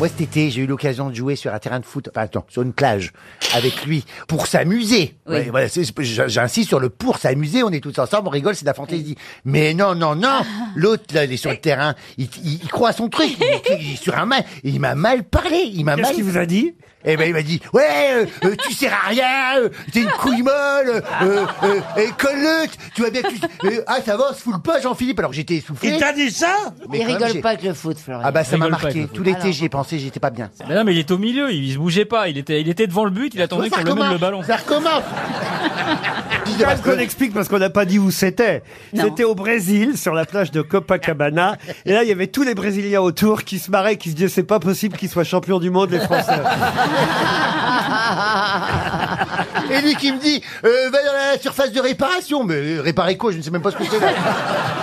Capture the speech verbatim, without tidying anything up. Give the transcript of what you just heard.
Moi, cet été, j'ai eu l'occasion de jouer sur un terrain de foot, enfin, attends, sur une plage, avec lui, pour s'amuser. Oui. Ouais, voilà, c'est- j'- j'insiste sur le pour s'amuser, on est tous ensemble, on rigole, c'est de la fantaisie. Mais non, non, non, l'autre, là, il est sur le terrain, il, il, il croit à son truc, il, il est sur un mal, et il m'a mal parlé, il m'a mal... Qu'est-ce qu'il vous a dit? Eh ben, il m'a dit, ouais, euh, euh, tu sers à rien, euh, t'es une couille molle, euh, euh, et colle-le, tu vois bien que tu... euh, ah, ça va, on se foule pas, Jean-Philippe, alors j'étais essoufflé. Il t'a dit ça? Mais Il quand même, rigole j'ai- pas avec le foot, Florian. Ah bah, ça m'a Rigole pas marqué. avec le Tout foot. l'été, j'y ai pensé, j'étais pas bien. Mais non, mais il était au milieu, il se bougeait pas. Il était, il était devant le but, il attendait Ça qu'on le mène le recommence, ballon. Ça recommence. Il faut qu'on explique parce qu'on n'a pas dit où c'était. Non. C'était au Brésil, sur la plage de Copacabana. Et là, il y avait tous les Brésiliens autour qui se marraient, qui se disaient c'est pas possible qu'ils soient champions du monde, les Français. Et lui qui me dit, euh, va dans la surface de réparation. Mais euh, réparer quoi? Je ne sais même pas ce que c'est là.